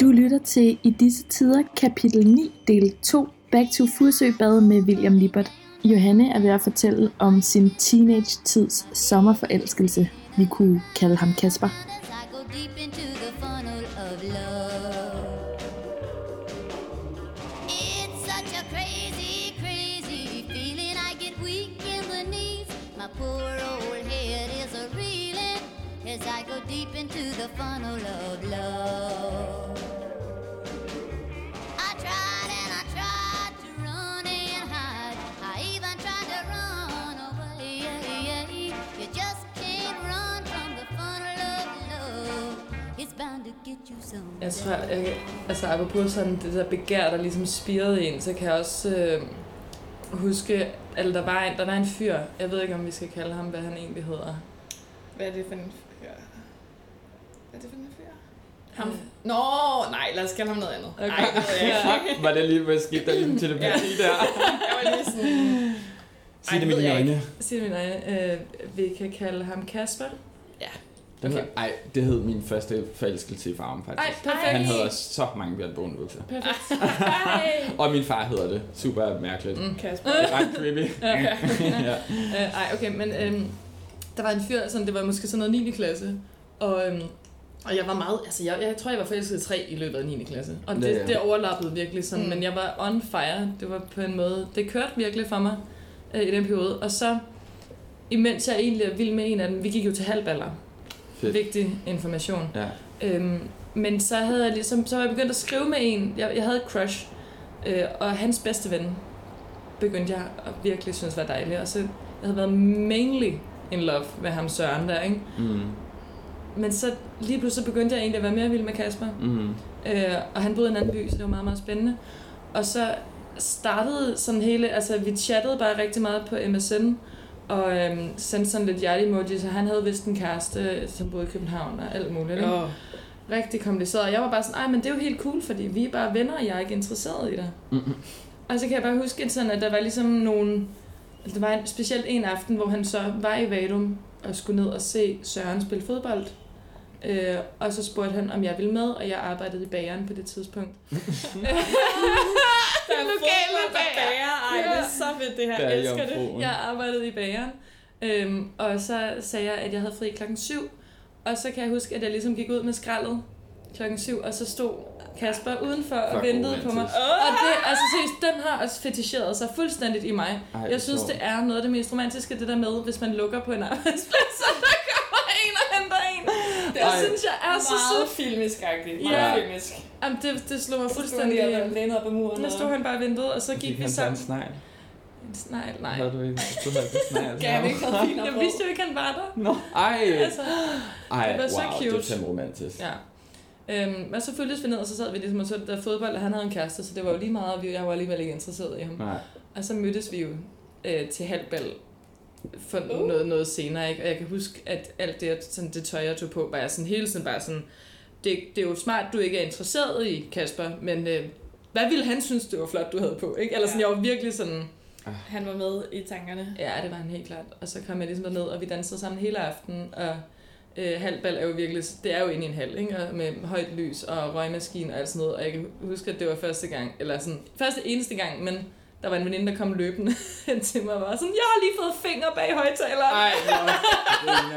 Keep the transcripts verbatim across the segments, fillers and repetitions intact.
Du lytter til I disse tider kapitel ni del to Back to Fursøbad med William Lippert. Johanne er ved at fortælle om sin teenage-tids sommerforelskelse. Vi kunne kalde ham Kasper. I go deep into the funnel of love. I tried and I tried to run and hide. I even tried to run away. You just can't run from the funnel of love. It's bound to get you some. Jeg tror, jeg, altså apropos sådan det der begær, der ligesom spirede ind, så kan jeg også øh, huske, at der var, en, der var en fyr, jeg ved ikke om vi skal kalde ham, hvad han egentlig hedder. Hvad er det for en fyr? Hvad er det for en fyr? Ham? Øh. Nå, nej, lad os kalde ham noget andet. Okay. Ej, det ved jeg ikke. Var det lige, hvad skete der ligesom til det Ja. parti der? Jeg var lige sådan... Sig det med dine øjne. Sig det med dine øjne. Øh, vi kan kalde ham Kasper. Ja. Okay. Ej, det hed min første forelskelse i farven faktisk. Ej, perfekt. Han havde også så mange Bjørn Bogenbukser. Perfekt. Og min far hedder det. Super mærkeligt. Mm. Kasper. Det er ret creepy. Ja. ja. Øh, ej, okay, men øhm, der var en fyr, sådan, det var måske sådan noget niende klasse, og, øhm, og jeg var meget, altså jeg, jeg tror, jeg var forelsket i tre i løbet af niende klasse, og det, Ja, ja. det overlappede virkelig sådan, mm. men jeg var on fire, det var på en måde, det kørte virkelig for mig øh, i den periode, og så, imens jeg egentlig er vild med en af dem, vi gik jo til halvballer, Fedt. vigtig information, Ja. øhm, men så havde jeg ligesom, så var jeg begyndt at skrive med en, jeg, jeg havde et crush, øh, og hans bedste ven begyndte jeg at virkelig synes var dejlig, og så jeg havde været mainly in love med ham Søren der, ikke? Mm. Men så lige pludselig begyndte jeg egentlig at være mere vild med Kasper. Mm. Øh, og han boede i en anden by, så det var meget, meget spændende. Og så startede sådan hele, altså vi chattede bare rigtig meget på M S N, og øhm, sendte sådan lidt hjerte-emojis, så han havde vist en kæreste, som boede i København og alt muligt, ikke? Oh. Rigtig kompliceret. Og jeg var bare sådan, ej, men det er jo helt cool, fordi vi er bare venner, og jeg er ikke interesseret i dig. Mm-hmm. Og så kan jeg bare huske sådan, at der var ligesom nogle... Der var en, specielt en aften, hvor han så var i Vadum og skulle ned og se Søren spille fodbold. Øh, og så spurgte han, om jeg ville med, og jeg arbejdede i bageren på det tidspunkt. Der er lokale bager. Ej, det er så fedt det her. Jeg elsker det. Jeg arbejdede i bageren. Øhm, og så sagde jeg, at jeg havde fri klokken syv. Og så kan jeg huske, at jeg ligesom gik ud med skraldet klokken syv, og så stod Kasper udenfor og Fuck, ventede romantisk. på mig. Og det, altså seriøst, den har også feticheret sig fuldstændigt i mig. Ej, Jeg synes, så. det er noget af det mest romantiske, det der med, hvis man lukker på en arbejdsplads, og der kommer en og henter en. Det Ej. synes jeg er så Meget sødt. filmisk-agtigt. Ja. Meget filmisk. Jamen, det, det slog mig Så stod han fuldstændig. lige og lænede op ad muren. Der stod han bare og ventede, og så Gik gik vi han til en sammen. snegl? En snegl, nej. Havde du ikke? Du havde ikke snegl? Gav han ikke noget fint Jeg vidste jo ikke, han var der. Nå, ej. Altså, Ej, det var så wow, cute. det er fandme romantisk. ja. Øhm, og så føltes vi ned, og så sad vi ligesom og så der fodbold, og han havde en kæreste, så det var jo lige meget, og jeg var alligevel ikke interesseret i ham. Nej. Og så mødtes vi jo øh, til halvbal for Uh. noget, noget senere, ikke? Og jeg kan huske, at alt det, sådan, det tøj, jeg tog på, var jeg sådan hele tiden bare sådan, det, det er jo smart, du ikke er interesseret i, Kasper, men øh, hvad ville han synes, det var flot, du havde på, ikke? Eller sådan, Ja. jeg var virkelig sådan, Han var med i tankerne. ja, det var han helt klart. Og så kom jeg ligesom ned, og vi dansede sammen hele aftenen, og øh, halvbal er jo virkelig, det er jo inde i en hal, ikke? Og med højt lys og røgmaskine og alt sådan noget, og jeg kan huske, at det var første gang, eller sådan, første eneste gang, men der var en veninde, der kom løbende hen til mig og var sådan, jeg har lige fået fingre bag højtaleren. Ej, nå.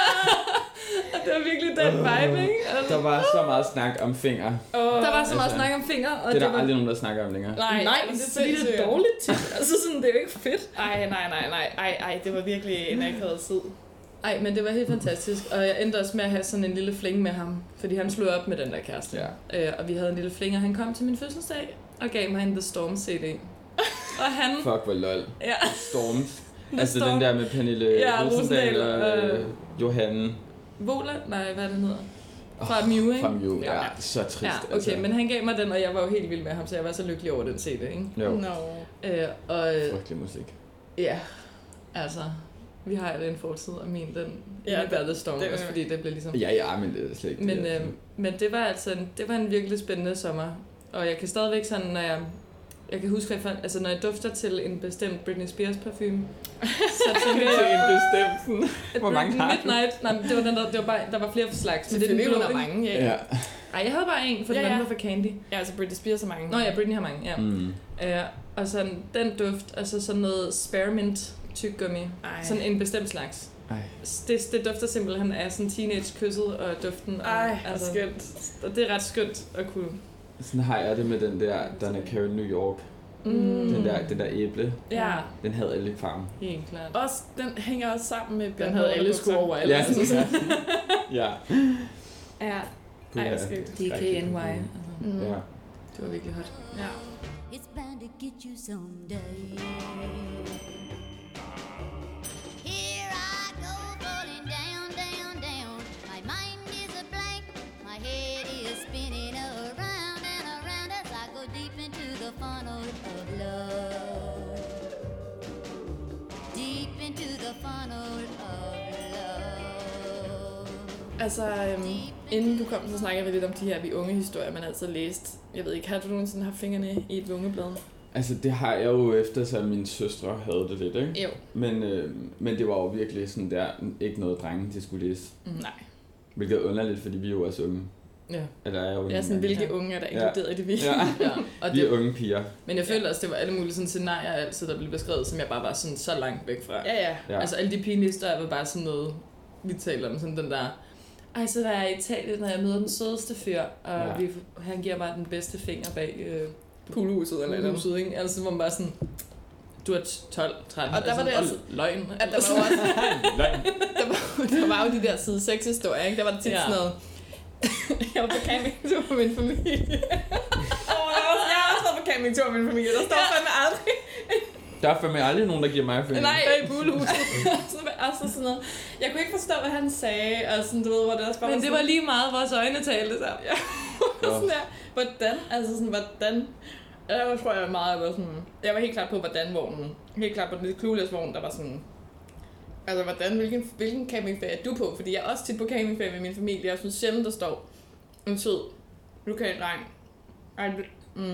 Og det var virkelig den vibe, ikke? Altså, Der var så meget snak om fingre. Oh, der var så meget Altså, snak om fingre, og Det er det der var... aldrig nogen, der snakker om længere. Nej, Nej, men det er fordi, det er dårligt til. Altså sådan, det er jo ikke fedt. Ej, nej, nej, nej. Ej, ej, det var virkelig en akavet tid. Ej, men det var helt fantastisk, og jeg endte også med at have sådan en lille fling med ham, fordi han slog op med den der kæreste. Ja. Øh, og vi havde en lille fling, og han kom til min fødselsdag og gav mig en The Storm C D. Og han... Fuck, hvor lol. Ja. Storms. The Altså Storm. den der med Pernille Ja, Rosendal Rosendal, og øh, øh, Johanne. Vola? Nej, hvad den hedder? Fra Mew, ikke? Fra Mew, ja. Ja. Så trist, Ja, okay, altså. men han gav mig den, og jeg var jo helt vild med ham, så jeg var så lykkelig over den C D, ikke? Jo, No. Øh, og øh, frygtelig musik. ja, altså, vi har jo den fortid, og min, den Ja, ja, The Storm, det- også fordi det blev ligesom... Ja, ja, men det er slet ikke Men, det. øh, men det var altså en, det var en virkelig spændende sommer, og jeg kan stadigvæk sådan, når jeg... Jeg kan huske, at jeg, altså, når jeg dufter til en bestemt Britney Spears parfume, så tænker Til jeg... en bestemt. Hvor mange har du? Midnight. Nej, men det var den der, det var bare, der var flere slags. Men det er den Selvfølgelig blå, var der ikke? mange, ja. Ja. Ej, jeg havde bare en, for Ja, den anden ja. var for Candy. Ja, altså Britney Spears er mange. Nå ja, Britney har mange, ja. Mm. Øh, og sådan den duft, altså sådan noget spearmint tyggegummi. Ej. Sådan en bestemt slags. Ej. Det, det dufter simpelthen af sådan teenage-kysset og duften. Og, Ej, hvor skønt. Og det er ret skønt at kunne... Sådan har jeg det med den der Donna Karan New York. Mm. Den der, den der æble. Ja. Den havde alle i farven. Helt klart. Også, den hænger også sammen med... Den havde alle sko over alle. Ja, ja. ja. Ja. Puha. Ej, skønt. D K N Y. Altså, Mm. Ja. det var virkelig hot. Ja. It's bound to get you someday. Here I go falling down, down, down. My mind is a blank. My head is spinning around and around as I go deep into the funnel of love. Deep into the funnel of love. Altså, øhm, inden du kom, så snakkede vi lidt om de her vi unge historier, man altid har læst. Jeg ved ikke, har du nogensinde haft fingrene i et ungeblad? Altså, det har jeg jo efter, så mine søstre havde det lidt, ikke? Jo. Men, øh, men det var jo virkelig sådan der, ikke noget drenge, de skulle læse. Mm. Nej. Hvilket er underligt, fordi vi er jo også unge. Ja. Eller er jo Det er sådan, unge. hvilke unge er der inkluderet i det vi? Ja. Ja. Og Vi er det, unge piger. men jeg føler også, det var alle mulige sådan scenarier altid, der blev beskrevet, som jeg bare var sådan så langt væk fra. Ja, ja. Ja. Altså alle de pinlige historier var bare sådan noget, vi taler om sådan den der, ej, så var jeg i Italien, når jeg møder den sødeste fyr, og Ja. ja. vi, han giver mig den bedste finger bag øh, Poolhuset eller noget. huset, ikke? Altså hvor man bare sådan, du er tolv, tretten, Og der var det altså, altså- og løgn. At der var også, Løgn. der var, der var jo de der side seks historier, ikke? Der var det tit Ja. sådan noget. Jeg var på campingtur med min familie. Åh, jeg har også- jeg har også været på campingtur med min familie. Der står Ja. fandme aldrig. Der er fandme aldrig nogen, der giver mig finger. Nej, bag poolhuset. Så var jeg også sådan noget. Jeg kunne ikke forstå, hvad han sagde, og sådan, du ved, hvor det også bare Men det sådan, var lige meget, vores øjne talte sammen. Ja. sådan der, hvordan, altså sådan, hvordan, jeg var, tror jeg meget, jeg var sådan, jeg var helt klart på, hvordan vognen, helt klart på den lidt clueless vogn, der var sådan, altså hvordan, hvilken, hvilken campingferie er du på? Fordi jeg er også tit på campingferie med min familie, og jeg synes sjældent, der står en sød lokal dreng, ej, mm,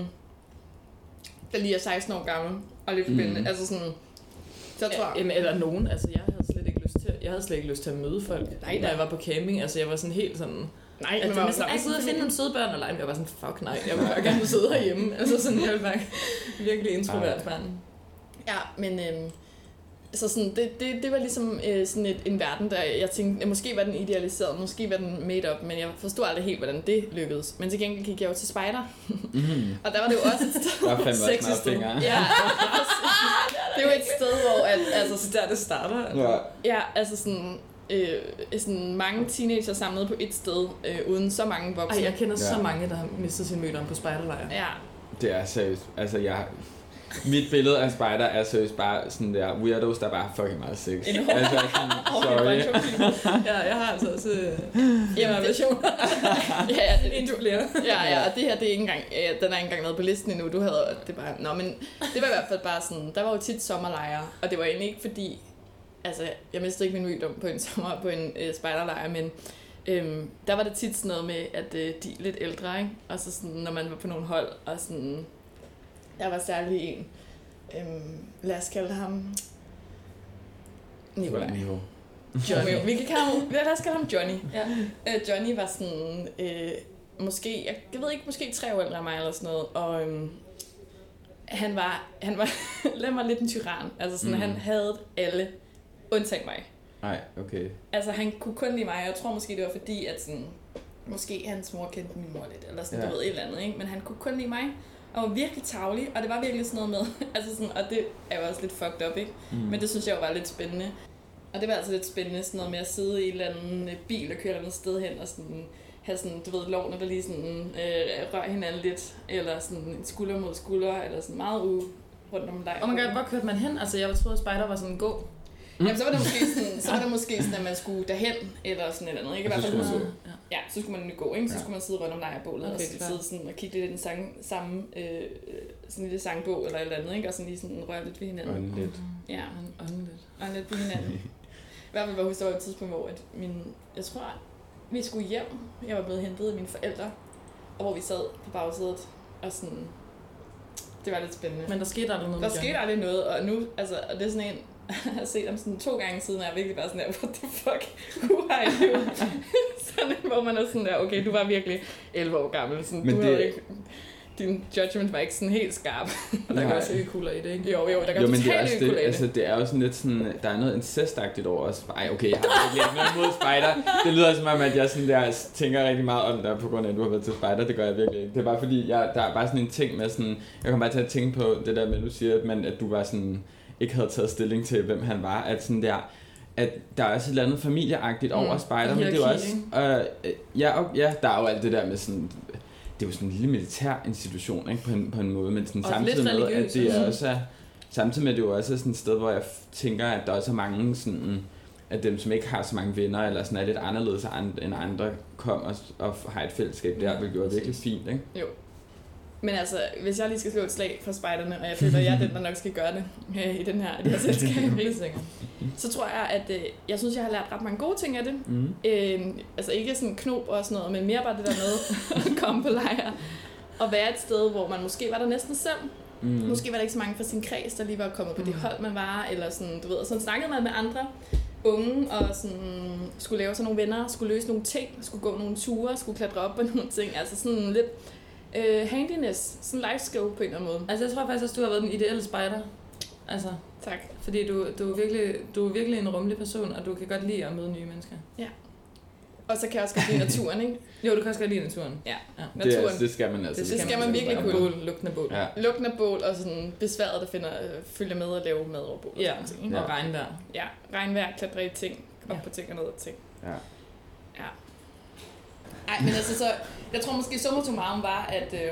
der lige er seksten år gammel, og lidt spændende, Mhm. altså sådan, så jeg tror Ja, jamen, eller nogen, altså jeg havde slet ikke lyst til, jeg havde slet ikke lyst til at møde folk, Nej, når nej. jeg var på camping, altså jeg var sådan helt sådan, nej, altså, men det var var sådan, sammen jeg sidder og med finde nogle søde børn og lege, men jeg var sådan, fuck nej, jeg vil bare gerne sidde herhjemme, altså sådan, jeg vil bare virkelig introvert barn. Ja, men øhm, så sådan, det, det, det var ligesom øh, sådan et, en verden, der jeg tænkte, at måske var den idealiseret, måske var den made up, men jeg forstod aldrig helt, hvordan det lykkedes. Men til gengæld gik jeg jo til spejder, Mm. og der var det jo også et sted, Der er fandme også Sexy meget sted. fingre. ja, det er jo et sted, hvor at, altså, Så der det starter. Ja. ja, altså sådan, øh, sådan mange teenager samlet på et sted, øh, uden så mange voksne. Ej, jeg kender Ja. så mange, der har mistet sin mødom på spejderlejr. Ja, Det er seriøst. Altså, jeg... Mit billede af spider er seriøst bare sådan der weirdos, der bare har fucking meget sex. En Altså, sådan, sorry. Ja, jeg har altså også øh, jamen, det, ja, ja, det, en flere. Ja, ja, og det her, det er ikke engang, ja, den er ikke engang noget på listen endnu, du havde, det bare, nå, men det var i hvert fald bare sådan, der var jo tit sommerlejre, og det var egentlig ikke fordi, altså, jeg mistede ikke min rigdom på en sommer, på en øh, spejderlejr, men øhm, der var det tit sådan noget med, at øh, de er lidt ældre, ikke? Og så sådan, når man var på nogle hold, og sådan, der var særlig en, øhm, lad os kalde ham, Nikolaj. Niveau. Johnny. Vi kan kalde ham, lad os kalde ham Johnny. Ja. Øh, Johnny var sådan, øh, måske, jeg, jeg ved ikke, måske tre år ældre end mig eller sådan noget, og øhm, han var, han var, lad mig lidt en tyran, altså sådan, Mm. mm. han havde alle, undtagen mig. Nej, okay. Altså han kunne kun lide mig, og jeg tror måske det var fordi, at sådan, måske hans mor kendte min mor lidt, eller sådan, Ja. ja. du ved, et eller andet, ikke? Men han kunne kun lide mig, og var virkelig tarvelig, og det var virkelig sådan noget med, altså sådan, og det er jo også lidt fucked up, ikke? Mm. Men det synes jeg jo var lidt spændende. Og det var altså lidt spændende, sådan noget med at sidde i en eller anden bil og køre et eller andet sted hen og sådan have sådan, du ved, lovene, der lige sådan øh, rør hinanden lidt, eller sådan en skulder mod skulder, eller sådan meget ude rundt om dig. Oh my god, hvor kørte man hen? Altså, jeg troede, at spejder var sådan en gå. Jamen, så var det måske sådan, så var det måske sådan, at man skulle derhen, eller sådan et eller andet, ikke? I Og hvert så fald skulle sådan, man Ja. ja, så skulle man nemlig gå, ikke? Så Ja. skulle man sidde rundt om lejrbålet, og Okay, så klart. sidde sådan og kigge lidt i den sang, samme, øh, sådan en lille sangbog, eller et eller andet, ikke? Og sådan lige sådan røre lidt ved hinanden. Åndeligt. Ja. Åndeligt. Og lidt ved hinanden. I hvert fald var jeg huske, der var et tidspunkt, hvor at min, jeg tror, vi skulle hjem. Jeg var blevet hentet af mine forældre, og hvor vi sad på bagsædet, og sådan, det var lidt spændende. Men der skete aldrig noget der med skete Johnny. aldrig noget, og nu, altså, og det er sådan en, har set ham sådan to gange siden, og jeg virkelig bare sådan der, what the fuck, who are you? Sådan, hvor man er sådan der, okay, du var virkelig elleve år gammel, sådan, Men du det- havde ikke, din judgment var ikke sådan helt skarp. Og der kan Nej. også økuler i det, ikke? Jo, jo, der kan Jo, men det er, totalt også ikke det, kunne altså, det er jo sådan lidt sådan, der er noget incestagtigt over os. Ej, okay, jeg har virkelig ikke noget imod spejder. Det lyder som om, at jeg sådan der tænker rigtig meget om det, på grund af, at du har været til spejder. Det gør jeg virkelig ikke. Det er bare fordi, jeg, der er bare sådan en ting med sådan, jeg kommer bare til at tænke på det der med, at du siger, at, man, at du var sådan, ikke havde taget stilling til, hvem han var. At sådan der, at der er også et eller andet familieagtigt Mm, over spejder, men det er jo hierarki, også, øh, ja, og, ja, der er jo alt det der med sådan, det er jo sådan en lille militær institution, ikke, på en, på en måde, men sådan Og samtidig lidt med, religiøs at det er også. også er, samtidig med, at det jo også er sådan et sted, hvor jeg f- tænker, at der også er mange sådan, at dem, som ikke har så mange venner, eller sådan er lidt anderledes and- end andre, kommer og, og har et fællesskab der, Ja, hvilket er virkelig præcis. fint, ikke? Jo. Men altså, hvis jeg lige skal slå et slag for spejderne, og jeg føler, at jeg er den, der nok skal gøre det øh, i den her, i det her selskab, Helt sikkert. så tror jeg, at øh, jeg synes, jeg har lært ret mange gode ting af det. Mm. Øh, altså ikke sådan knop og sådan noget, men mere bare det der med at komme på lejr og være et sted, hvor man måske var der næsten selv. Mm. Mm. Måske var der ikke så mange fra sin kreds, der lige var kommet på det Mm. hold, man var, eller sådan, du ved, og sådan snakkede man med andre unge, og sådan skulle lave sådan nogle venner, skulle løse nogle ting, skulle gå nogle ture, skulle klatre op på nogle ting, altså sådan lidt øh, handiness, sådan life skill på en eller anden måde. Altså, jeg tror faktisk, at du har været den ideelle spejder. Altså, Tak. fordi du, du, er virkelig, du er virkelig en rummelig person, og du kan godt lide at møde nye mennesker. Og så kan jeg også godt lide naturen, ikke? Jo, du kan også godt lide naturen. Ja, Ja. Det, naturen. er, det skal man altså. Det skal man altså. virkelig Og kunne. bål, lugtende bål. Ja. Lugten af bål og sådan besværet, der finder, øh, følger med at lave mad over bål og Ja, sådan ting, ikke? Ja. og regnvejr. Ja, regnvejr, klatre i ting, op Ja. på ting og ned af ting. Ja. Ja. Ej, men altså så, jeg tror måske summa summarum var, at øh,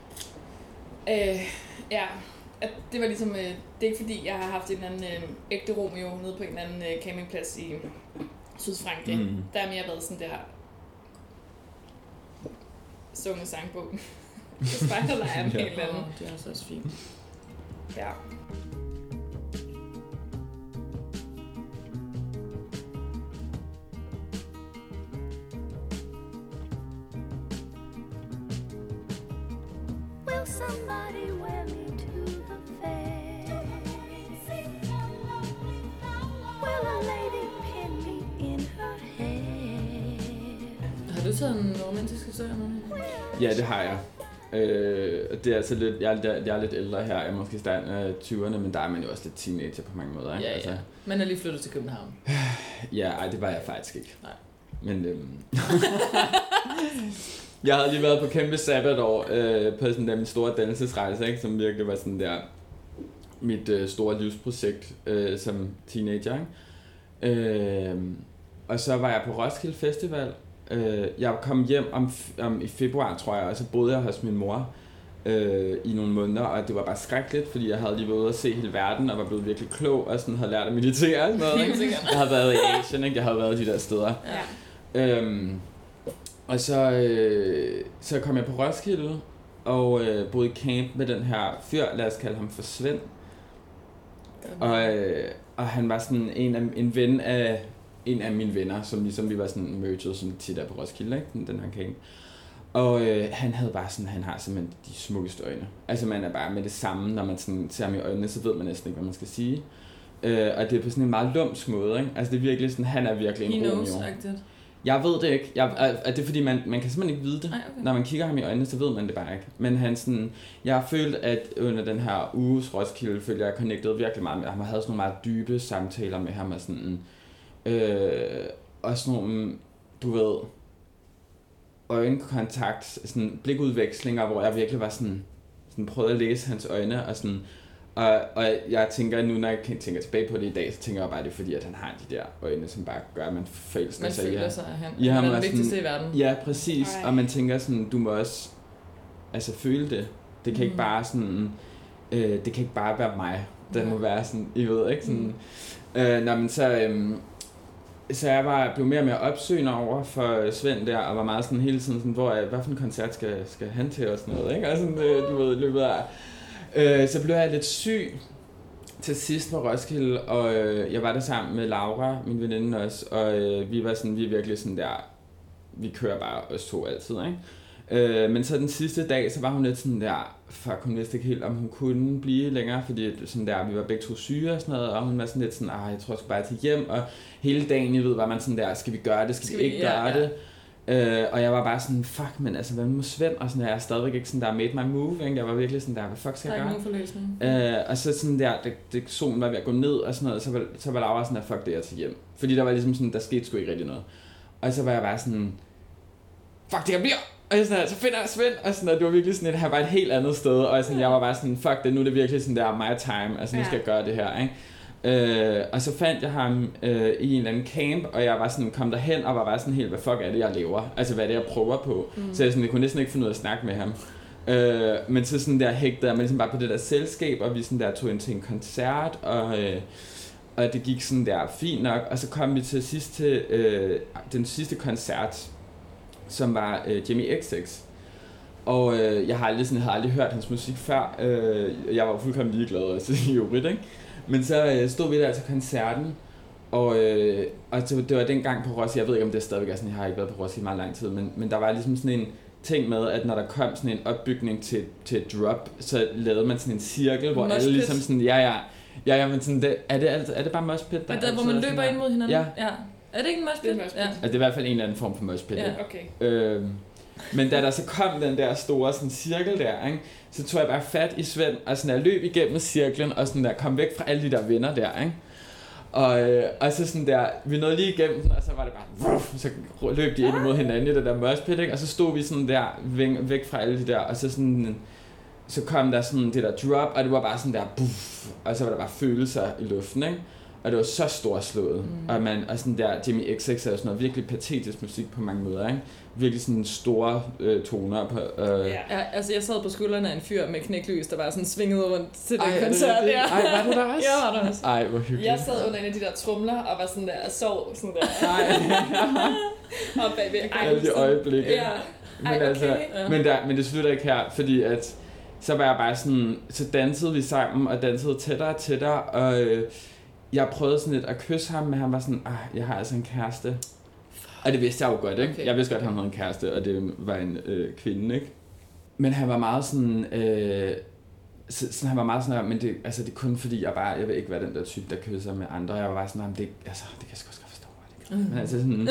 øh, ja, at det var ligesom, øh, det er ikke fordi, jeg har haft en eller anden øh, ægte Romeo nede på en eller anden øh, campingplads i Sydfrankrig. Mm. Mm. Der har mere været sådan der sunget sangbog. Så spejderlejr med Ja. en eller anden. Åh, det er også også fint. Ja. Will somebody wear me to the fair? Will a lady pin me in her hair? Har du taget en romantisk historie med? Ja, det har jeg. Øh, og det er altså lidt, jeg, er, jeg er lidt ældre her, jeg er måske i starten af tyverne, men der er man jo også lidt teenager på mange måder, ikke? Ja, Altså, ja. Man er lige flyttet til København. ja, ej, det var jeg faktisk ikke. Nej. Men øhm, jeg havde lige været på kæmpe sabbatår øh, på sådan der min store dannelsesrejse, ikke? Som virkelig var sådan der mit øh, store livsprojekt øh, som teenager, ikke? Øh, og så var jeg på Roskilde Festival. Øh, jeg kom hjem om, om i februar, tror jeg, og så boede jeg hos min mor øh, i nogle måneder, og det var bare skrækkeligt, fordi jeg havde lige været ude at se hele verden, og var blevet virkelig klog, og sådan havde lært at meditere og sådan noget, ikke? Jeg havde været i Asien, ikke? Jeg havde været de der steder. Ja. Øhm, og så, øh, så kom jeg på Roskilde, og øh, boede i camp med den her fyr, lad os kalde ham for Svend. Og, øh, og han var sådan en, af, en ven af en af mine venner, som ligesom vi var sådan merged, som tit er på Roskilde, ikke? Den, den her camp. Og øh, han havde bare sådan, han har simpelthen de smukkeste øjne. Altså man er bare med det samme, når man sådan ser ham i øjnene, så ved man næsten ikke, hvad man skal sige. Øh, og det er på sådan en meget lumsk måde, ikke? Altså det er virkelig sådan, han er virkelig en He Romeo. knows-agtigt. Jeg ved det ikke. Jeg, er, er det fordi, man, man kan simpelthen ikke vide det. Ej, okay. Når man kigger ham i øjnene, så ved man det bare ikke. Men han sådan, jeg har følt, at under den her uges Roskilde, følte jeg connected virkelig meget med ham. Jeg havde sådan nogle meget dybe samtaler med ham, og sådan, øh, og sådan nogle, du ved, øjenkontakt, sådan blikudvekslinger, hvor jeg virkelig var sådan, sådan prøvede at læse hans øjne, og sådan, og, og jeg tænker nu, når jeg tænker tilbage på det i dag, så tænker jeg bare, det er fordi, at han har de der øjne, som bare gør, at man forelsker Man sig i føler ham. sig, at han, I ham han er er den sådan- vigtigste i verden. Ja, præcis. Ej. Og man tænker sådan, du må også altså føle det. Det kan mm. ikke Mm. bare sådan, øh, det kan ikke bare være mig. Det må være sådan, I ved ikke sådan. Mm. Øh, nå, men så, øhm, så jeg var blev mere og mere opsøgende over for Svend der, og var meget sådan hele tiden sådan, hvor er, hvad for en koncert skal, skal han til og sådan noget, ikke? Og sådan, øh, du ved, løbet af. Øh, så blev jeg lidt syg til sidst på Roskilde, og øh, jeg var der sammen med Laura, min veninde også, og øh, vi var sådan, vi er virkelig sådan der, vi kører bare os to altid, ikke? Øh, men så den sidste dag, så var hun lidt sådan der, fuck, hun vidste ikke helt, om hun kunne blive længere, fordi sådan der, vi var begge to syge og sådan noget, og hun var sådan lidt sådan, ah, jeg tror, jeg skal bare tage hjem, og hele dagen, jeg ved, var man sådan der, skal vi gøre det, skal, skal vi ikke vi, gøre ja, det? Ja. Øh, og jeg var bare sådan, fuck, men altså, hvad med Svend? Og sådan der, jeg er stadigvæk ikke sådan der, made my move, ikke? Jeg var virkelig sådan der, hvad fuck skal jeg gøre? Der er ikke nogen forløsning. Øh, og så sådan der, det, det, solen var ved at gå ned og sådan noget, så var, så var Laura sådan der, fuck det, jeg tager hjem. Fordi der var ligesom sådan, der skete sgu ikke rigtig noget. Og så var jeg bare sådan, fuck det, jeg bliver! Og jeg sådan, så finder jeg Svend, og sådan, og det var virkelig sådan, at han var et helt andet sted, og sådan, jeg var bare sådan, fuck det, nu er det virkelig sådan der, my time, altså nu skal jeg gøre det her, ikke? Øh, og så fandt jeg ham øh, i en eller anden camp, og jeg var sådan, kom derhen, og var bare sådan helt, hvad fuck er det, jeg lever? Altså, hvad er det, jeg prøver på? Mm. Så jeg, sådan, jeg kunne næsten ikke finde ud af at snakke med ham. Øh, men så sådan der hægtede jeg mig ligesom bare på det der selskab, og vi sådan der tog ind til en koncert, og... Øh, og det gik sådan der fint nok, og så kom vi til sidst til øh, den sidste koncert, som var øh, Jamie X X. Og øh, jeg har aldrig, sådan, jeg havde aldrig hørt hans musik før. Øh, jeg var fuldkommen ligeglad, altså i øvrigt, ikke? Men så øh, stod vi der til koncerten, og, øh, og det, det var dengang på Roskilde, jeg ved ikke om det stadigvæk er sådan, jeg har ikke været på Roskilde i meget lang tid, men, men der var ligesom sådan en ting med, at når der kom sådan en opbygning til, til et drop, så lavede man sådan en cirkel, hvor alle ligesom sådan, ja ja, ja, ja, men sådan, det, er, det altid, er det bare moshpit? Der, der hvor man løber ind mod hinanden? Ja. Ja. Er det ikke en moshpit? Det er ja. Altså, det er i hvert fald en eller anden form for moshpit. Ja, okay. Øhm, men da der så kom den der store sådan, cirkel der, ikke, så tog jeg bare fat i Svend, og sådan der løb igennem cirklen, og sådan der kom væk fra alle de der venner der, ikke? Og, øh, og så sådan der, vi nåede lige igennem den, og så var det bare, vuff, så løb de ind imod hinanden i det der moshpit, ikke? Og så stod vi sådan der, væk fra alle de der, og så sådan, så kom der sådan det der drop, og det var bare sådan der, buff, og så var der bare følelser i luften, ikke? Og det var så storslået, mm. og, man, og sådan der, Jamie X X er sådan noget virkelig patetisk musik på mange måder, ikke? Virkelig sådan store øh, toner på... Øh. Ja. ja, altså jeg sad på skuldrene af en fyr med knæklys, der bare sådan svingede rundt til den Ej, koncert. Det, det? Ja. Ej, var du der også? Ja, var der også. Ej, hvor hyggeligt. Jeg sad under en af de der tromler og var sådan der og sov sådan der. Ej. Og bagved. Ej, alle de øjeblikke. Ja. Men, Ej, okay. altså, Ja. men, der, men det slutter ikke her, fordi at så var jeg bare sådan, så dansede vi sammen og dansede tættere og tættere, og øh, jeg prøvede sådan lidt at kysse ham, men han var sådan, ah, jeg har altså en kæreste. Og det vidste jeg jo godt, ikke? Okay. Jeg vidste godt, at han havde en kæreste, og det var en øh, kvinde, ikke? Men han var meget sådan, øh, så, sådan han var meget sådan, men det, altså, det er kun fordi, jeg bare, jeg vil ikke være den der type, der kysser med andre. Jeg var bare sådan, det, altså, det kan jeg sgu også godt forstå. Det men, altså, sådan,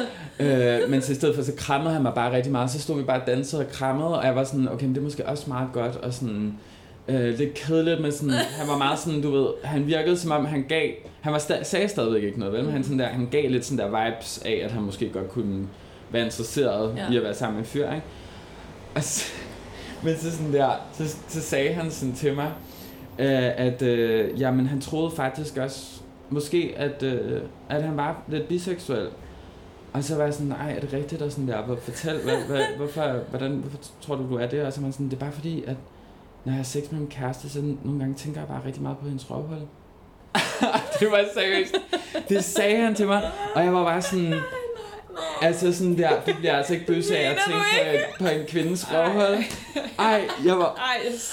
øh, men så i stedet for, så krammede han mig bare rigtig meget. Så stod vi bare og dansede og krammede, og jeg var sådan, okay, men det er måske også meget godt, og sådan... Øh, lidt kedeligt, men sådan, han var meget sådan, du ved, han virkede som om, han gav, han var sta- sagde stadigvæk ikke noget, vel, men han, sådan der, han gav lidt sådan der vibes af, at han måske godt kunne være interesseret ja. i at være sammen med en fyr, ikke? Og så, men så sådan der, så, så sagde han sådan til mig, øh, at øh, jamen, han troede faktisk også, måske, at, øh, at han var lidt biseksuel. Og så var jeg sådan, nej, er det rigtigt? Og sådan der, fortæl, hvad, hvad, hvorfor, hvordan, hvorfor tror du, du er det? Og så var sådan, det er bare fordi, at når jeg har sex med min kæreste, så nogle gange tænker jeg bare rigtig meget på hendes røvhul. Det var seriøst. Det sagde han til mig, og jeg var bare sådan... Altså sådan der, det bliver altså ikke bøsse af at tænke på, på en kvindes røvhul. Ej, jeg var... Ej, Ej,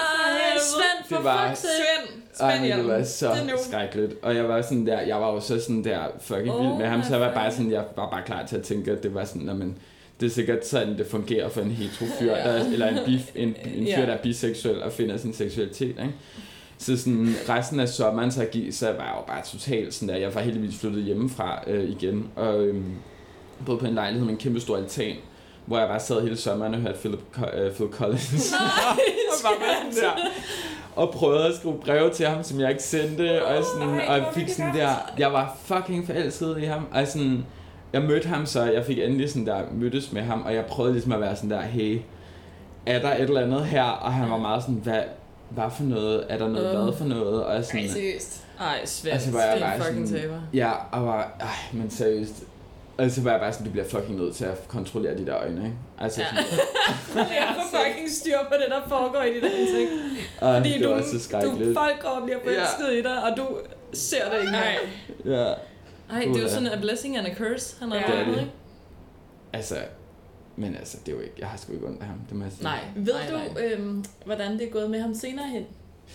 Svend, for det var, fuck's sake. Svend, Ej, det var så skrækkeligt. Og jeg var sådan der, jeg var jo så sådan der fucking oh, vild med ham, så jeg var bare sådan, jeg var bare klar til at tænke, at det var sådan, at man... Det er sikkert sådan, det fungerer for en heterofyr, der, eller en, bif, en, en fyr, der er biseksuel og finder sin seksualitet, ikke? Så sådan, resten af sommeren, så, gik, så var jeg jo bare totalt sådan der, jeg var heldigvis flyttet hjemmefra øh, igen, og øhm, boede på en lejlighed med en kæmpe stor altan, hvor jeg bare sad hele sommeren og hørte Philip, øh, Phil Collins. og, der, og prøvede at skrive breve til ham, som jeg ikke sendte, og, sådan, og jeg fik sådan der, jeg var fucking forelsket i ham, og sådan... Jeg mødte ham så, jeg fik endelig sådan der mødtes med ham, og jeg prøvede ligesom at være sådan der, hey, er der et eller andet her? Og han var meget sådan, hvad, hvad for noget? Er der noget, uh. hvad for noget? Og sådan, ej, seriøst. Ej, Svend, altså, var jeg bare fucking sådan, taber. Ja, og var, ej, men seriøst. Og så var jeg bare sådan, du bliver fucking nødt til at kontrollere de der øjne, ikke? Altså ja. sådan, jeg får fucking styr på det, der foregår i de der ting. og Fordi det du, var så skrækkeligt. du folk går og bliver forelsket ja. i dig, og du ser det ikke. Nej. Ja. Ej, det er jo sådan a blessing and a curse, han har ja. været med, ikke? Altså, men altså, det er jo ikke, jeg har sgu ikke ondt af ham, det må jeg sige. Nej. Ved nej, du, nej. Øhm, hvordan det er gået med ham senere hen?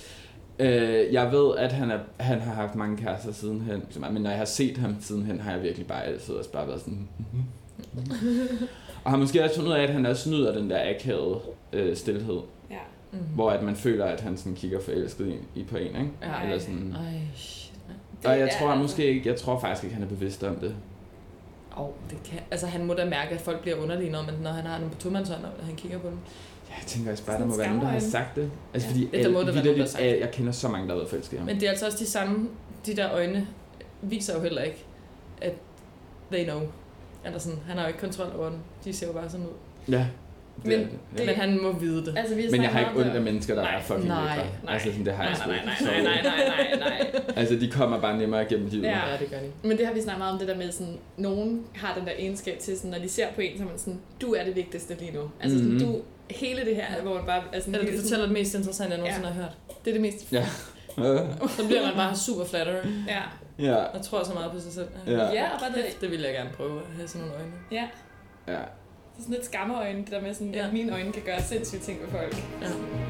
Øh, jeg ved, at han, er, han har haft mange kærester sidenhen, men når jeg har set ham sidenhen, har jeg virkelig bare altid også bare været sådan... Og har måske også fundet ud af, at han også snyder den der akavede øh, stillhed. Ja. Mm. Hvor at man føler, at han sådan kigger forelsket i, i på en, ikke? Ja. Eller sådan. Ej, shit. Og jeg Det tror er- måske ikke, jeg tror faktisk ikke, han er bevidst om det. Åh, oh, det kan... Altså, han må da mærke, at folk bliver underlige, når, man, når han har dem på tomandshånd, og han kigger på dem. Ja, jeg tænker også bare, der Sådan må være nogen, der har skamøjne. sagt det. Altså, Ja. fordi Ja, der må alle- der være nogen, der har vitterligt, sagt det. jeg, jeg kender så mange, der har været forelsket i ham. Men det er altså også de samme... De der øjne viser jo heller ikke, at they know. Eller sådan, han har jo ikke kontrol over dem. De ser jo bare sådan ud. Ja, det Men er det. det- Men han må vide det. Altså, vi Men jeg har snakket ikke om ondt af det. mennesker, der Nej, er fucking nej, lækre. nej. Altså, sådan, det har jeg Nej, sgu nej, ikke. nej, nej, nej, nej, nej, nej. Altså, de kommer bare nemmere gennem livet. Ja. Ja, det gør de. Men det har vi snakket meget om, det der med, sådan, nogen har den der egenskab til, sådan, når de ser på en, så er man sådan, du er det vigtigste lige nu. Altså sådan, Mhm. du, hele det her, hvor man bare er sådan, Eller du helt fortæller det mest interessante, jeg nogensinde Ja. har hørt. sådan, det er det mest, Ja. Så bliver man bare super flatterer, ja. Ja. og tror så meget på sig selv. Ja. Ja, og bare det, Det, det vil jeg gerne prøve, at have sådan nogle øjne. ja. Ja. Det er sådan lidt skammerøjne, det der med sådan, Ja. at mine øjne kan gøre sindssyge ting med folk. Ja.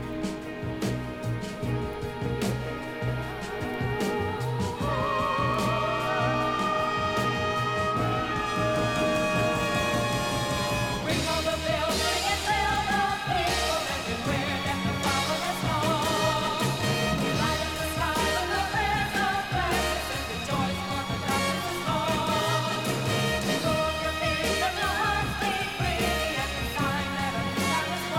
Ring all the bells, ring and tell the people everywhere that the power is home. Light up the sky with the flares of gladness and rejoice for the darkness is gone. Go up your feet, let your hearts beat freely at the sign that a new time is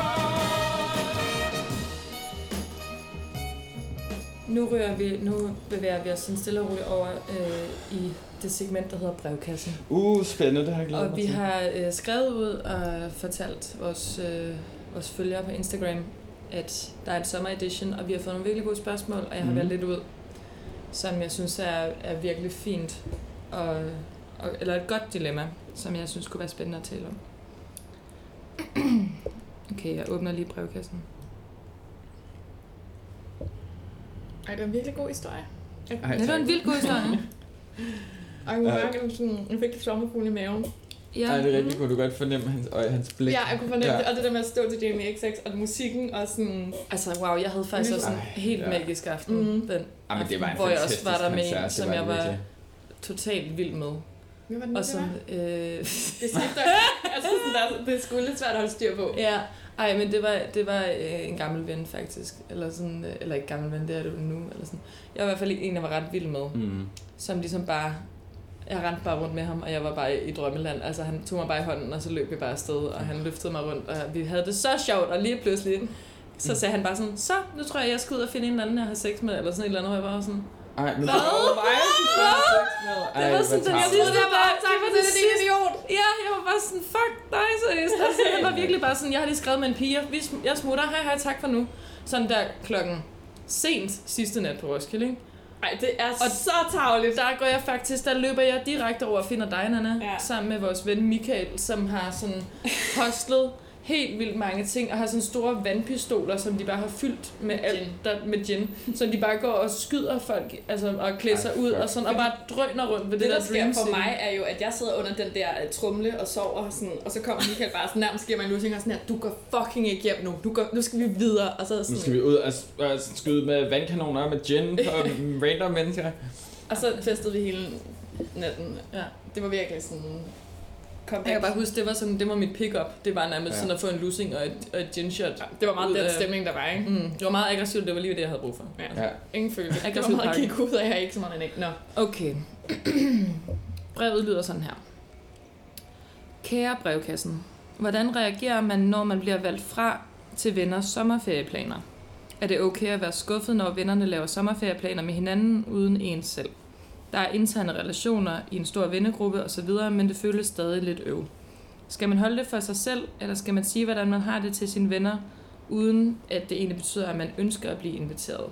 born. Nu, rører vi, nu bevæger vi os sådan stille og roligt over øh, i det segment, der hedder brevkassen. Uh, spændende, det har jeg glædet Og mig vi til. har øh, skrevet ud og fortalt vores, øh, vores følgere på Instagram, at der er en sommer edition, og vi har fået nogle virkelig gode spørgsmål, og jeg har Mhm. valgt lidt ud, som jeg synes er, er virkelig fint, og, og, eller et godt dilemma, som jeg synes kunne være spændende at tale om. Okay, jeg åbner lige brevkassen. Ej, det er en virkelig god historie. Ej, Ja, det var en tak. vildt god historie. Og jeg kunne Ja. mærke, at sådan, jeg fik lidt sommerfugle i maven. Ja. Ej, det er rigtig godt. Du kan godt fornemme hans øje, hans blik. Ja, jeg kunne fornemme Ja. det. Og det der med at stå til Jamie X X og musikken og sådan... Altså, wow, jeg havde faktisk også en Ej, helt ja. magisk aften. Mhm. Den Ej, men det var en hvor jeg også fantastisk var der med en, koncert, det som var jeg det var virkelig. totalt vild med. Hvad var det, Og det som, var? øh, Det skifter. altså sådan der, det skulle lidt svært at holde styr på. ja, ej, men det var, det var øh, en gammel ven faktisk. Eller sådan, øh, eller ikke gammel ven, det er det jo nu. Eller sådan. Jeg var i hvert fald en, jeg var ret vild med. Mm. Som ligesom bare, jeg rendte bare rundt med ham, og jeg var bare i drømmeland. Altså han tog mig bare i hånden, og så løb vi bare afsted, og han løftede mig rundt, og vi havde det så sjovt, og lige pludselig, så sagde han bare sådan, så, nu tror jeg, jeg skal ud og finde en eller anden, jeg har sex med, eller sådan et eller andet, og jeg var sådan, Ej, men Hvad? det var mig, du skulle have sex med. Ej, det var sådan hvor den tarveligt. sidste Jeg var dag, tak det for var det, det det er sidste. idiot. Ja, jeg var bare sådan, fuck dig, seriøst. Altså, jeg var virkelig bare sådan, jeg har lige skrevet med en pige, vi sm- jeg smutter, hej hej, tak for nu. Sådan der klokken sent sidste nat på Roskilde, ikke? Ej, det er Og så tarveligt. Der går jeg faktisk, der løber jeg direkte over og finder dig, Nana, Ja. sammen med vores ven Michael, som har sådan hostlet helt vildt mange ting, og har sådan store vandpistoler, som de bare har fyldt med alt, Gin. der, med gin, så de bare går og skyder folk, altså, og klæder sig Ej, ud, fuck. og sådan, og bare drøner rundt ved det, Det, der der sker Dream for City. mig, er jo, at jeg sidder under den der uh, trumle og sover, sådan, og så kommer Michael bare sådan, nærmest giver mig en lussing og sådan her, du går fucking ikke hjem nu, du går, nu skal vi videre, og så Nu sådan, skal vi ud og, og skyde med vandkanoner med gin på random mennesker. og så festede vi hele natten. Ja. Det var virkelig sådan, kom Jeg kan bare huske, det var sådan, det var mit pick-up. Det var nærmest Ja. sådan at få en lussing og et, og et gin shot. Ja, det var meget ud den af- stemning, der var, ikke? Mm, det var meget aggressivt, det var lige det, jeg havde brug for. Ja. Ja. Ingen følelse. Det var Aggressiv meget pakke. gik ud af, jeg ikke så meget en Nå. Okay. Brevet lyder sådan her. Kære brevkassen. Hvordan reagerer man, når man bliver valgt fra til venners sommerferieplaner? Er det okay at være skuffet, når vennerne laver sommerferieplaner med hinanden uden ens selv? Der er interne relationer i en stor vennegruppe osv., men det føles stadig lidt øv. Skal man holde det for sig selv, eller skal man sige, hvordan man har det til sine venner, uden at det egentlig betyder, at man ønsker at blive inviteret?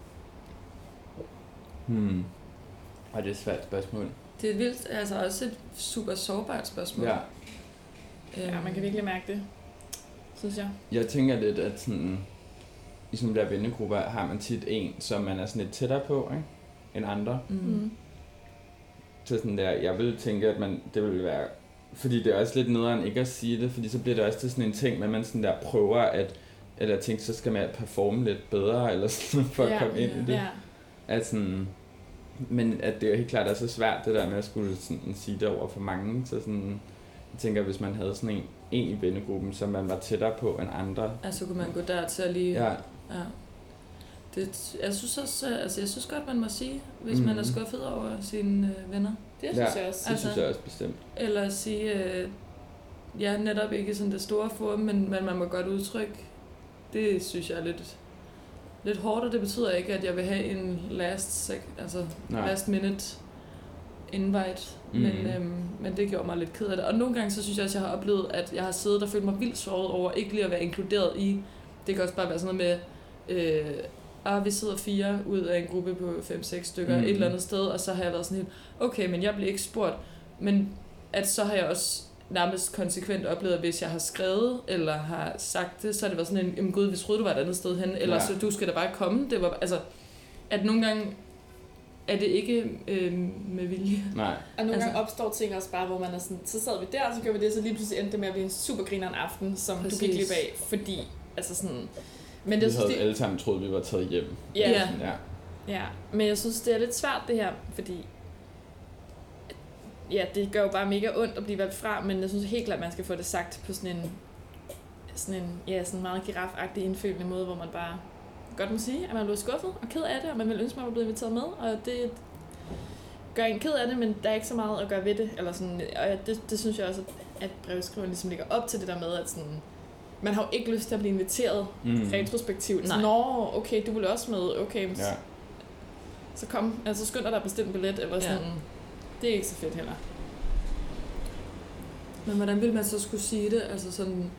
Hmm. Og det er et svært spørgsmål. Det er vildt, altså også et super sårbart spørgsmål. Ja. Øhm, Ja, man kan virkelig mærke det, synes jeg. Jeg tænker lidt, at sådan, i sådan der vennegrupper har man tit en, som man er sådan lidt tættere på, ikke? End andre. Mm. Så sådan der, jeg vil tænke, at man, det vil være, fordi det er også lidt nederen ikke at sige det, fordi så bliver det også til sådan en ting, at man sådan der prøver at, eller tænke, så skal man performe lidt bedre, eller sådan for at Ja, komme ind i det. Ja. At sådan, men at det er helt klart er så svært, det der med at skulle sådan, sige det over for mange, så sådan, Jeg tænker, hvis man havde sådan en, en i vennegruppen, som man var tættere på end andre. Altså kunne man gå der til at lige... Ja. Ja. Det, jeg synes også, altså jeg synes godt, man må sige, hvis Mhm. mm. man er skuffet over sine øh, venner. Det synes Ja. jeg også. Det Altså- synes jeg også bestemt. Eller sige, øh, ja, netop ikke sådan det store forum, men, men man må godt udtrykke. Det synes jeg er lidt, lidt hårdt, og det betyder ikke, at jeg vil have en last, sec- altså Nej. last minute invite. Mhm. Men, øhm, men det gjorde mig lidt ked af det. Og nogle gange, så synes jeg også, jeg har oplevet, at jeg har siddet og følt mig vildt såret over ikke lige at være inkluderet i. Det kan også bare være sådan noget med, øh, ah, vi sidder fire ud af en gruppe på fem seks stykker Mhm. et eller andet sted, og så har jeg været sådan helt, okay, men jeg bliver ikke spurgt. Men at så har jeg også nærmest konsekvent oplevet, at hvis jeg har skrevet eller har sagt det, så har det været sådan en, jamen gud, vi troede, du var et andet sted hen, eller Ja. så du skal da bare komme. Det var, altså, at nogle gange er det ikke øh, med vilje. Nej. Og nogle Altså- gange opstår ting også bare, hvor man er sådan, så sad vi der, og så gjorde vi det, så lige pludselig endte det med at blive en super grineren aften, som Præcis. du gik Præcis. glip af, fordi, altså sådan... Men Vi det, synes, havde det, alle sammen troet, vi var taget hjem. ja, Ja. Ja. ja, men jeg synes, det er lidt svært det her, fordi... Ja, det gør jo bare mega ondt at blive valgt fra, men jeg synes helt klart, at man skal få det sagt på sådan en, sådan en ja, sådan meget girafagtig indfølende måde, hvor man bare godt må sige, at man blev skuffet og ked af det, og man vil ønske, at man var blevet inviteret med, og det gør en ked af det, men der er ikke så meget at gøre ved det, eller sådan, og ja, det, det synes jeg også, at, at brevskriveren ligesom ligger op til det der med, at sådan, man har jo ikke lyst til at blive inviteret Mm. retrospektivt. Nej. Nå, okay, du vil også med, okay, men Ja. så kom, altså skynd dig, der bestilt en billet, eller sådan, Ja. det er ikke så fedt heller. Men hvordan vil man så skulle sige det? Altså sådan,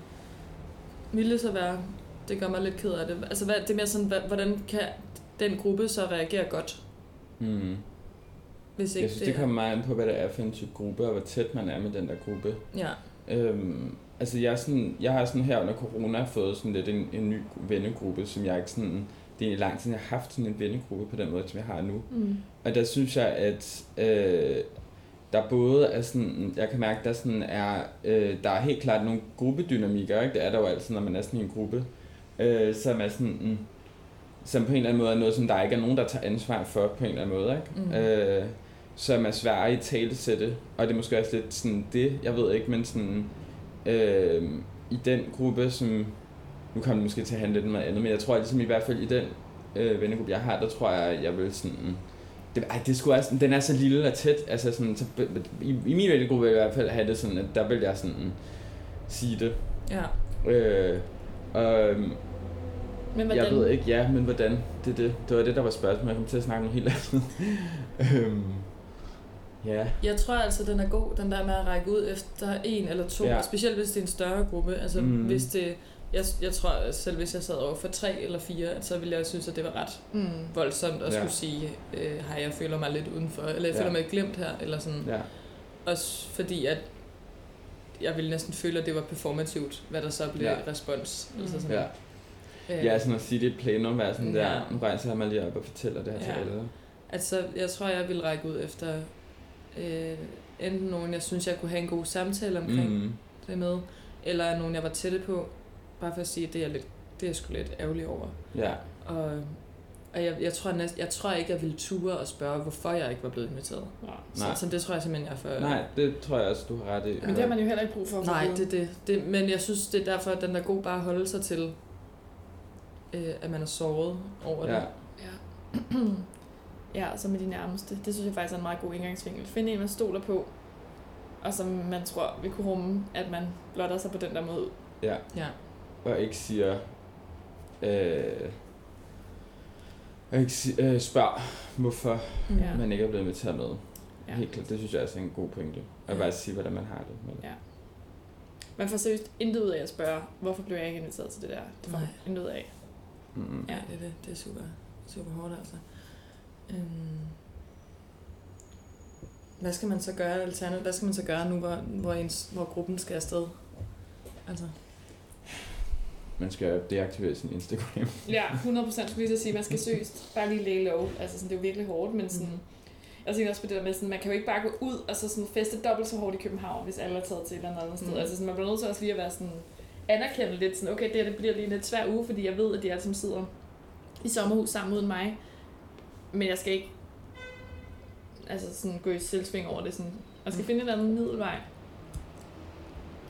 ville det så være, det gør mig lidt ked af det. Altså hvad, det er mere sådan, hvad- hvordan kan den gruppe så reagere godt, Mm. hvis ikke Jeg synes, det kommer meget an på, hvad det er for en type gruppe, og hvor tæt man er med den der gruppe. Ja, Øhm, altså jeg, er sådan, jeg har sådan her under corona fået sådan lidt en, en ny vennegruppe, som jeg ikke sådan... Det er egentlig lang tid, jeg har haft sådan en vennegruppe på den måde, som jeg har nu. Mm. Og der synes jeg, at øh, der både er sådan... Jeg kan mærke, der sådan er... Øh, der er helt klart nogle gruppedynamikker, ikke? Det er der jo altid, når man er sådan i en gruppe. Øh, som er sådan... Mm, som på en eller anden måde er noget, som der ikke er nogen, der tager ansvar for på en eller anden måde, ikke? Mm. Øh, som er svære i talesætte, og det er måske også lidt sådan det, jeg ved ikke, men sådan øh, i den gruppe, som nu kommer det måske til at handle lidt om noget andet, men jeg tror ligesom i hvert fald i den øh, vennegruppe, jeg har, der tror jeg, jeg vil sådan, det, ej, det skulle også, den er så lille og tæt, altså sådan, så, i, i min vennegruppe vil jeg i hvert fald have det sådan, at der vil jeg sådan sige det. ja. Øh, og, Men hvordan, jeg ved ikke, ja, men hvordan, det, det, det var det, der var spørgsmålet, jeg kom til at snakke om noget helt andet. øhm, ja. Jeg tror altså, den er god, den der med at række ud efter en eller to, Ja. ja. specielt hvis det er en større gruppe. Altså Mhm. mm. hvis det, jeg, jeg tror selv, hvis jeg sad over for tre eller fire, så ville jeg synes, at det var ret mm. voldsomt at Ja. skulle sige, øh, hej, jeg føler mig lidt udenfor, eller jeg Ja. føler mig glemt her, eller sådan. Ja. Også fordi, at jeg ville næsten føle, at det var performativt, hvad der så blev Ja. ja. respons. Mm. Altså sådan, Ja. øh, Ja, sådan at sige det i plenum, være sådan der, Ja. nu rejser jeg mig lige op og fortæller det her Ja. til alle. Altså, jeg tror, jeg ville række ud efter øh, enten nogen, jeg synes, jeg kunne have en god samtale omkring Mm. det med, eller nogen, jeg var tætte på, bare for at sige, at det er, jeg lidt, det er jeg sgu lidt ærgerlig over. Ja. Og, og jeg, jeg, tror næst, jeg tror ikke, jeg ville ture og spørge, hvorfor jeg ikke var blevet inviteret. Ja. Nej. Så, så det tror jeg simpelthen, jeg er for... Nej, det tror jeg også, du har ret i. Men det har man jo heller ikke brug for at få Nej, at vide. det, det, det, men jeg synes, det er derfor, at den er god bare at holde sig til, øh, at man er såret over Ja. det. Ja. Ja, og så med de nærmeste. Det synes jeg faktisk er en meget god indgangsvinkel. Find en, man stoler på, og som man tror vil kunne rumme, at man blotter sig på den der måde. Ja. Ja. Og ikke siger... Øh, og ikke si- øh, spørg, hvorfor Ja. man ikke er blevet inviteret med. Ja. Helt klart, det synes jeg også er en god pointe. Og Ja. bare sige, hvordan man har det med det. Ja. Man får seriøst intet ud af at spørge, hvorfor blev jeg ikke inviteret til det der? Det får man Nej. intet ud af. Mm. Ja, det er det. Det er super, super hårdt, altså. Øhm. Hvad skal man så gøre alternativt? Hvad skal man så gøre nu, hvor, hvor, ens, hvor gruppen skal afsted? Altså. Man skal deaktivere sin Instagram. Ja, hundrede procent skulle lige så sige, man skal seriøst bare lige lay low. Altså sådan, det er jo virkelig hårdt, men sådan... Jeg tænker også på det der med, sådan, man kan jo ikke bare gå ud og så sådan feste dobbelt så hårdt i København, hvis alle er taget til et eller andet sted. Mm. Altså sådan, man bliver nødt til også lige at være sådan, anerkende lidt sådan, okay, det her det bliver lige en lidt svær uge, fordi jeg ved, at de alle som sidder i sommerhus sammen uden mig. Men jeg skal ikke altså sådan gå i selvsving over det. Sådan. Jeg skal Mm. finde en eller anden middelvej.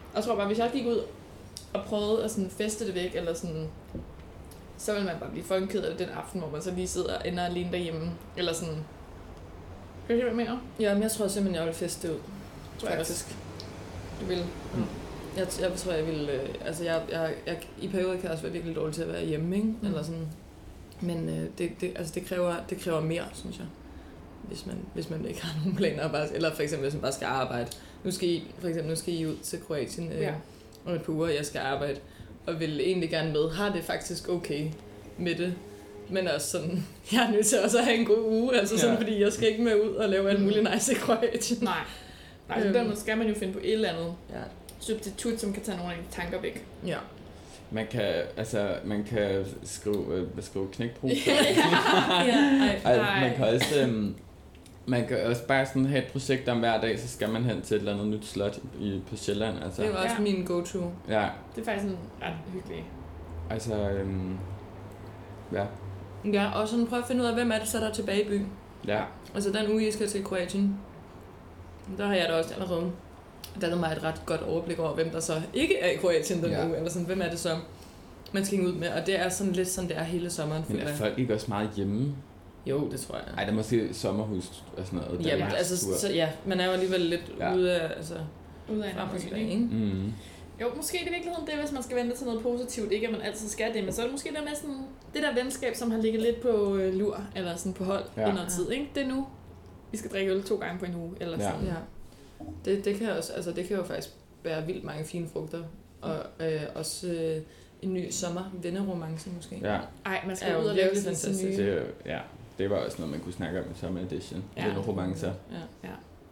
jeg tror bare, hvis jeg gik ud og prøvede at sådan feste det væk, eller sådan, så ville man bare blive folkeked af den aften, hvor man så lige sidder og ender alene derhjemme. Eller sådan... Kan du se, hvad jeg mener? Ja, men jeg tror simpelthen, jeg vil feste det ud. Tror jeg Faktisk. Du vil. Mm. Jeg, jeg tror, jeg vil... Øh, altså, jeg, jeg, jeg, i perioder kan jeg også være virkelig dårlig til at være hjemme, ikke? Mm. Eller sådan. Men øh, det, det, altså, det, kræver, det kræver mere, synes jeg. Hvis man, hvis man ikke har nogen planer. Bare, eller for eksempel, hvis man bare skal arbejde. Nu skal I, for eksempel, nu skal I ud til Kroatien øh, Ja. om et par uger, jeg skal arbejde. Og vil egentlig gerne med. Har det faktisk okay med det. Men også sådan, jeg er nødt til også at have en god uge. Altså sådan, Ja. fordi jeg skal ikke med ud og lave alt muligt nice i Kroatien. Nej. Nej, så Øhm. dermed skal man jo finde på et eller andet Ja. substitut, som kan tage nogle af de tanker væk. Ja. Man kan, altså, man kan skrive, øh, beskrive knækbrug. ja. Ej. Altså, Nej. man kan også, øhm, man kan også bare sådan have et projekt om hver dag, så skal man hen til et eller andet nyt slot i, på Sjælland. Altså. Det var også Ja. min go-to. Ja, Det er faktisk en ret hyggelig. altså, øhm, ja, Ja, og sådan prøv at finde ud af, hvem er det så, der er tilbage i byen. ja. Altså den uge, jeg skal til Kroatien, der har jeg da også allerede dannet mig et ret godt overblik over, hvem der så ikke er i Kroatien den Ja. uge, eller sådan, hvem er det så, man skal hænge ud med, og det er sådan lidt sådan, det er hele sommeren. Men føler er jeg. folk ikke også meget hjemme? Jo, det tror jeg. Ej, der er måske sommerhus og sådan noget. Ja, Danmarks altså, tur. så, ja, man er jo alligevel lidt Ja. ja. ude af, altså, Ud af en frem og by, tilbage, ikke? ikke? Mm. Jo, måske er det i virkeligheden det, hvis man skal vente til noget positivt. Ikke at man altid skal det, men så er det måske det med sådan, det der venskab, som har ligget lidt på øh, lur, eller sådan på hold Ja. i noget tid, ikke? Det er nu. Vi skal drikke øl to gange på en uge, eller Ja. sådan. Ja. Det, det, kan også, altså, det kan jo faktisk bære vildt mange fine frugter, og øh, også øh, en ny sommer, venneromance måske. Ja, Ej, man Er skal jo ud og lave virkelig sådan sin fantastisk. nye. det, er jo- ja, det var også noget, man kunne snakke om i Summer Edition. Ja. Ja. Det er nogle romancer. Ja.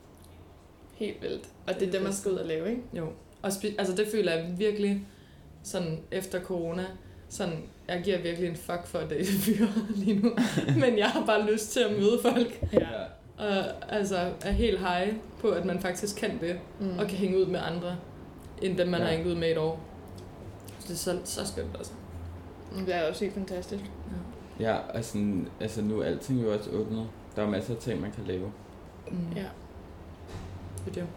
Helt vildt. Og det er det, man skal ud og lave, ikke? Jo, og spe- altså det føler jeg virkelig sådan efter corona, sådan, jeg giver virkelig en fuck for at date fyre lige nu, men jeg har bare lyst til at møde folk, Ja. og altså er helt high på, at man faktisk kan det, Mm. og kan hænge ud med andre, end dem man Ja. har hængt ud med et år. Så det er så, så skønt altså. Det er også helt fantastisk. Ja, og sådan, altså nu er alting jo også åbnet. Der er masser af ting, man kan lave. Mm. Ja. Det er det jo.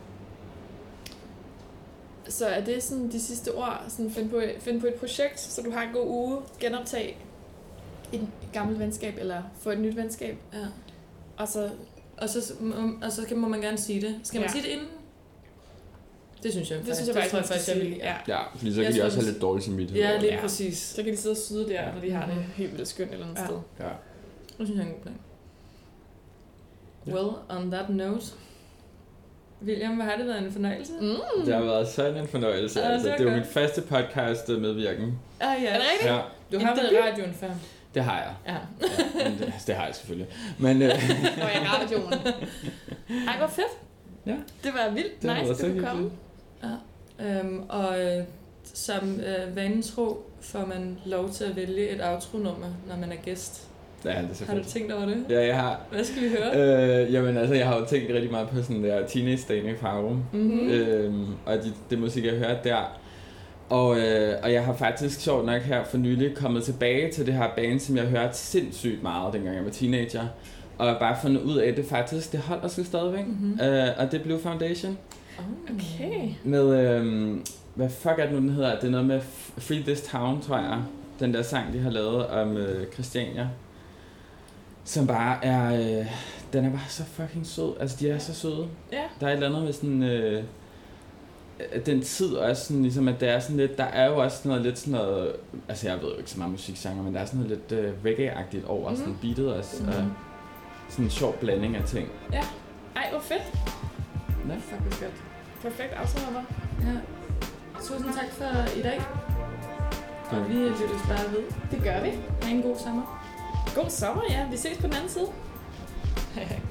Så er det sådan de sidste ord, sådan find på, find på et projekt, så du har en god uge, genoptag et gammelt venskab, eller få et nyt venskab, Ja. og så Og så, og så kan- må man gerne sige det. Skal man Ja. sige det inden? Det synes jeg det faktisk. synes jeg faktisk, tror man skal jeg sige. vil. Ja. Ja, fordi så Jeg kan de tror, også have det- lidt dårlig samvittighed. Ja, over lige det. præcis. Så kan de sidde og syde der, når de har det Mhm. helt vildt skønt et eller andet Ja. sted. Ja. Det synes jeg er en god plan. Ja. Well, on that note. William, hvad har det været en fornøjelse? Mm. Det har været sådan en fornøjelse. Ja, altså, det er det var godt. min første podcast øh, medvirken. Ah, ja. Er det rigtigt? Ja, Du En har været i debut? radioen før. det har jeg. Ja. Ja, men det, det har jeg selvfølgelig. Men øh, Og i radioen. Ej, hvor fedt. Ja. Det var vildt det har nice, været så at du kom. hyggeligt. Øhm, og øh, som øh, vanen tro får man lov til at vælge et outro-nummer, når man er gæst. Ja, det er Har du selvfølgelig. tænkt over det? Ja, jeg har. Hvad skal vi høre? Øh, jamen altså, jeg har jo tænkt rigtig meget på sådan der Teenage Dagen i Farum. Mm-hmm. Øhm, og de, det musik, jeg hørte der. Og, øh, og jeg har faktisk sjovt nok her for nylig kommet tilbage til det her band, som jeg hørte sindssygt meget, dengang jeg var teenager. Og jeg har bare fundet ud af, at det faktisk, det holder sig stadigvæk. Mhm. Øh, og det er Blue Foundation. Okay. Med, øh, hvad fuck er det nu, den hedder? Det er noget med Free This Town, tror jeg. Den der sang, de har lavet om øh, Christiania. Som bare er, øh, den er bare så fucking sød. Altså, de er så søde. Ja. Der er et eller andet med sådan, øh, øh, den tid også sådan, ligesom at det er sådan lidt, der er jo også noget lidt sådan noget, altså jeg ved jo ikke så meget musikgenre, men der er sådan noget lidt øh, reggae-agtigt over, Mhm. sådan beatet også, Mhm. og sådan en sjov blanding af ting. Ej, hvor fedt. Ja. Fuck, hvor fedt. Perfekt afsnummer. Ja. Tusind tak for i dag. Og vi lyttes bare ved. Det gør vi. Ha' en god sommer. God sommer, ja. Vi ses på den anden side. Hej hej.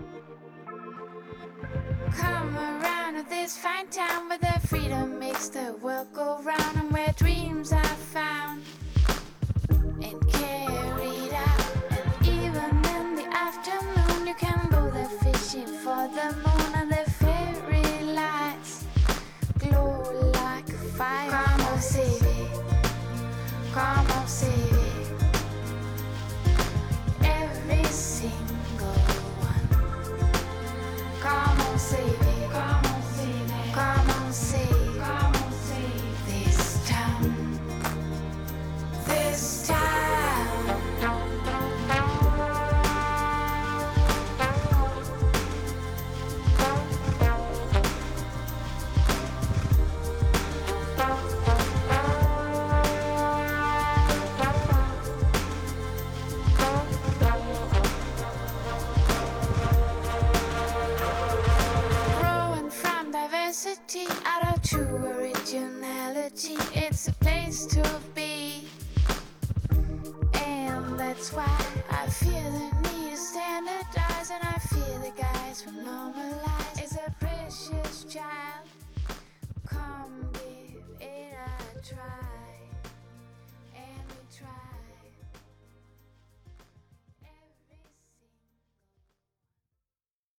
Come around to this fine town where the freedom makes the world go round and where dreams are found and carried out. And even in the afternoon, you can go there fishing for the moon and the fairy lights glow like fire. Come on, save it. Come on, save it. Every single one. Come on, save it. Come on, save it. Come on, save it. Come on, That's why I feel the need to standardize, and I fear the guys will normalize. It's a precious child.